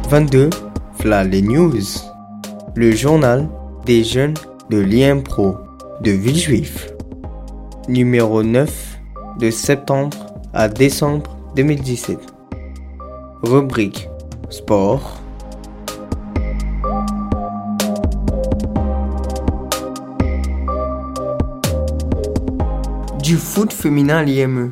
22, V'là les news. Le journal des jeunes de l'IMPRO de Villejuif. Numéro 9, de septembre à décembre 2017. Rubrique Sport. Du foot féminin à l'IME.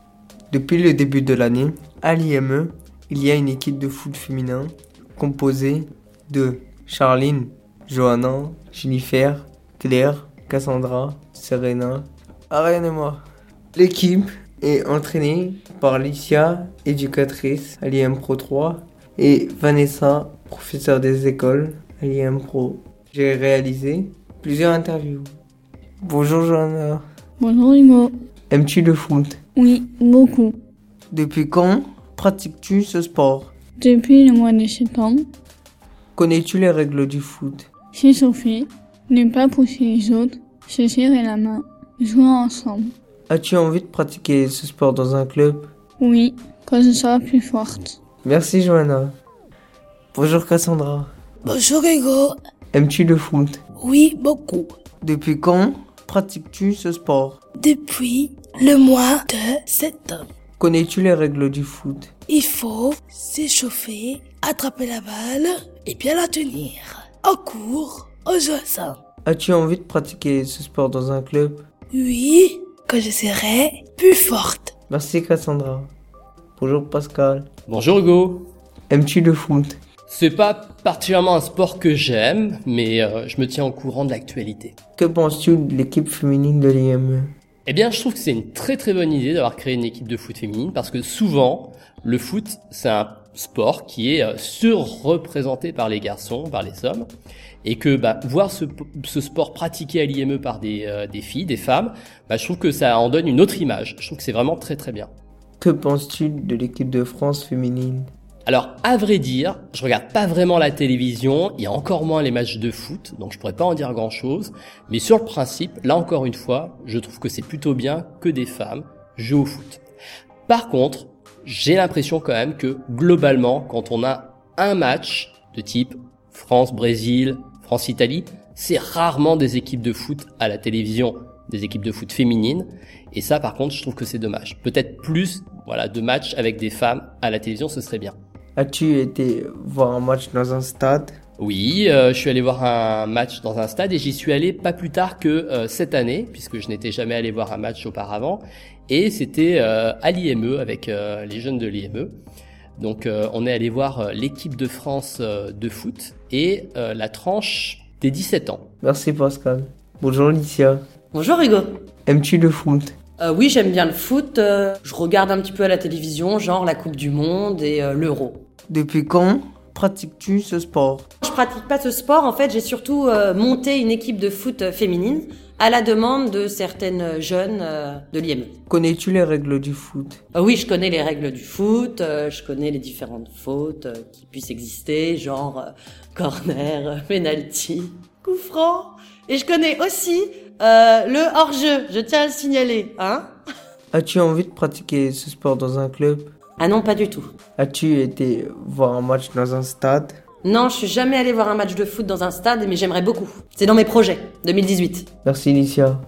Depuis le début de l'année, à l'IME, il y a une équipe de foot féminin composée de Charline, Johanna, Jennifer, Claire, Cassandra, Serena, Ariane et moi. L'équipe est entraînée par Licia, éducatrice à l'IMPRO 3, et Vanessa, professeure des écoles à l'IMPRO. J'ai réalisé plusieurs interviews. Bonjour Johanna. Bonjour Hugo. Aimes-tu le foot? Oui, beaucoup. Depuis quand pratiques-tu ce sport? Depuis le mois de septembre, Connais-tu les règles du foot? s'échauffer, ne pas pousser les autres, se serrer la main, jouer ensemble. As-tu envie de pratiquer ce sport dans un club? Oui, quand je serai plus forte. Merci Johanna. Bonjour Cassandra. Bonjour Hugo. Aimes-tu le foot? Oui, beaucoup. Depuis quand pratiques-tu ce sport? Depuis le mois de septembre. Connais-tu les règles du foot? Il faut s'échauffer, attraper la balle et bien la tenir. En cours, au jeu ensemble. As-tu envie de pratiquer ce sport dans un club? Oui, quand je serai plus forte. Merci Cassandra. Bonjour Pascal. Bonjour Hugo. Aimes-tu le foot? C'est pas particulièrement un sport que j'aime, mais je me tiens au courant de l'actualité. Que penses-tu de l'équipe féminine de l'IME? Eh bien, je trouve que c'est une très très bonne idée d'avoir créé une équipe de foot féminine parce que souvent, le foot, c'est un sport qui est surreprésenté par les garçons, par les hommes, et que voir ce sport pratiqué à l'IME par des filles, des femmes, je trouve que ça en donne une autre image. Je trouve que c'est vraiment très très bien. Que penses-tu de l'équipe de France féminine? Alors, à vrai dire, je regarde pas vraiment la télévision, il y a encore moins les matchs de foot, donc je pourrais pas en dire grand chose, mais sur le principe, là encore une fois, je trouve que c'est plutôt bien que des femmes jouent au foot. Par contre, j'ai l'impression quand même que globalement, quand on a un match de type France-Brésil, France-Italie, c'est rarement des équipes de foot à la télévision, des équipes de foot féminines, et ça par contre, je trouve que c'est dommage. Peut-être plus, de matchs avec des femmes à la télévision, ce serait bien. As-tu été voir un match dans un stade? Oui, je suis allé voir un match dans un stade et j'y suis allé pas plus tard que cette année, puisque je n'étais jamais allé voir un match auparavant. Et c'était à l'IME avec les jeunes de l'IME. Donc on est allé voir l'équipe de France de foot et la tranche des 17 ans. Merci Pascal. Bonjour Licia. Bonjour Hugo. Aimes-tu le foot? Oui, j'aime bien le foot. Je regarde un petit peu à la télévision, genre la Coupe du Monde et l'Euro. Depuis quand pratiques-tu ce sport? Je pratique pas ce sport. En fait, j'ai surtout monté une équipe de foot féminine à la demande de certaines jeunes de l'IME. Connais-tu les règles du foot? Oui, je connais les règles du foot. Je connais les différentes fautes qui puissent exister, genre corner, penalty, coup franc. Et je connais aussi le hors-jeu. Je tiens à le signaler, hein? As-tu envie de pratiquer ce sport dans un club? Ah non, pas du tout. As-tu été voir un match dans un stade? Non, je suis jamais allée voir un match de foot dans un stade, mais j'aimerais beaucoup. C'est dans mes projets, 2018. Merci Licia.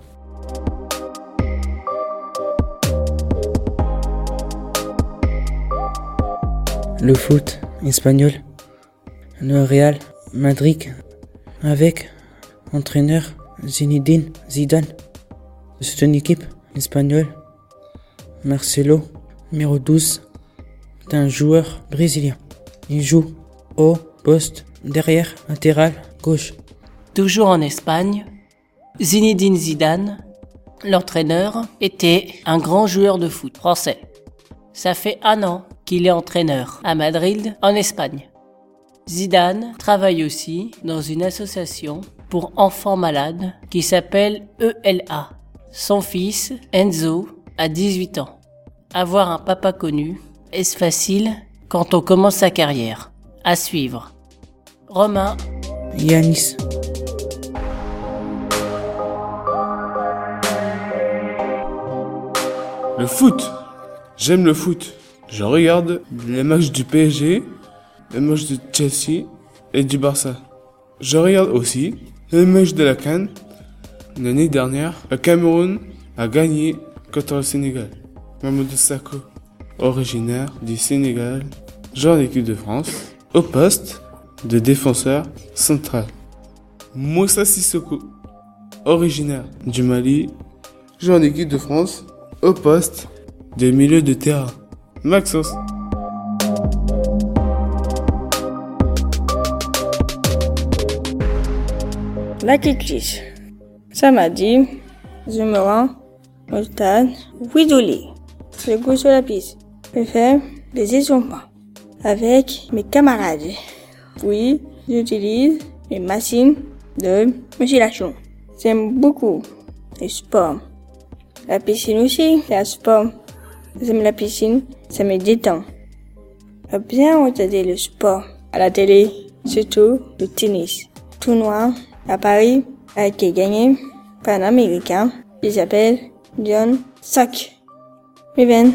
Le foot espagnol, le Real Madrid avec entraîneur Zinedine Zidane. C'est une équipe espagnole. Marcelo, numéro 12, est un joueur brésilien. Il joue au poste derrière latéral gauche. Toujours en Espagne, Zinedine Zidane, l'entraîneur, était un grand joueur de foot français. Ça fait 1 an qu'il est entraîneur à Madrid, en Espagne. Zidane travaille aussi dans une association pour enfants malades qui s'appelle ELA. Son fils, Enzo, a 18 ans. Avoir un papa connu, est-ce facile quand on commence sa carrière? À suivre. Romain. Yanis. Le foot. J'aime le foot. Je regarde les matchs du PSG les matchs de Chelsea et du Barça. Je regarde aussi les matchs de la CAN. L'année dernière, le Cameroun a gagné contre le Sénégal. Mamadou Sakho, originaire du Sénégal, joueur d'équipe de France, au poste de défenseur central. Moussa Sissoko, originaire du Mali, joueur d'équipe de France, au poste de milieu de terrain. Maxence. La Kiklis. Samedi, je me rends au stade Ouidouli. Je cours sur la piste. Je fais des échauffements avec mes camarades. Puis, j'utilise les machines de musculation. J'aime beaucoup le sport. La piscine aussi, c'est un sport. J'aime la piscine, ça me détend. J'aime bien regarder le sport à la télé, surtout le tennis. Tournoi à Paris a été gagné par un Américain qui s'appelle John Sock. Even.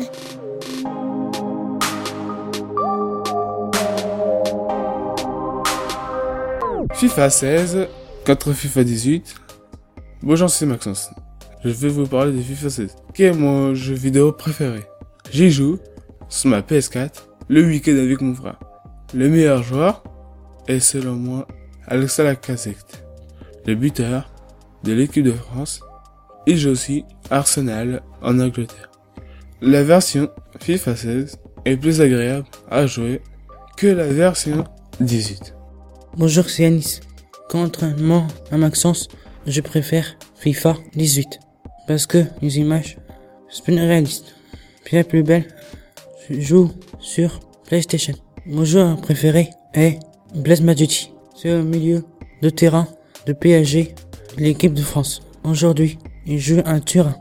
FIFA 16 contre FIFA 18. Bonjour, c'est Maxence. Je vais vous parler de FIFA 16, qui est mon jeu vidéo préféré. J'y joue sur ma PS4 le week-end avec mon frère. Le meilleur joueur est selon moi Alexa Lacazette, le buteur de l'équipe de France. Il joue aussi Arsenal en Angleterre. La version FIFA 16 est plus agréable à jouer que la version 18. Bonjour, c'est Yanis. Contrairement à Maxence, je préfère FIFA 18. Parce que les images sont plus réalistes. Puis la plus belle, je joue sur PlayStation. Mon joueur préféré est Blaise Matuidi. C'est au milieu de terrain de PSG, l'équipe de France. Aujourd'hui, il joue à Turin.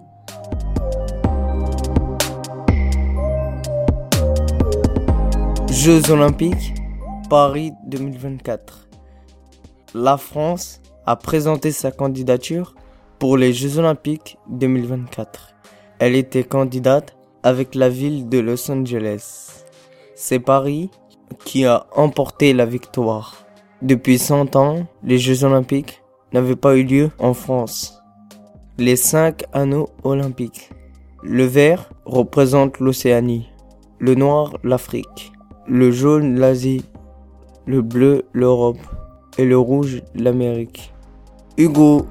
Jeux Olympiques, Paris 2024. La France a présenté sa candidature pour les Jeux Olympiques 2024. Elle était candidate avec la ville de Los Angeles. C'est Paris qui a emporté la victoire. Depuis 100 ans, les Jeux Olympiques n'avaient pas eu lieu en France. Les 5 anneaux olympiques. Le vert représente l'Océanie, le noir l'Afrique, le jaune l'Asie, le bleu l'Europe et le rouge l'Amérique. Hugo.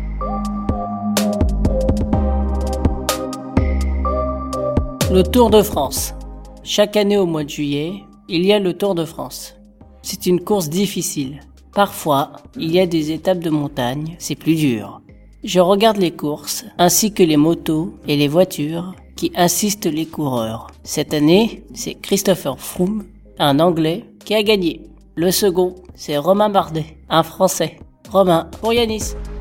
Le Tour de France. Chaque année au mois de juillet, il y a le Tour de France. C'est une course difficile. Parfois, il y a des étapes de montagne, c'est plus dur. Je regarde les courses, ainsi que les motos et les voitures qui assistent les coureurs. Cette année, c'est Christopher Froome, un Anglais, qui a gagné. Le second, c'est Romain Bardet, un Français. Romain pour Yanis.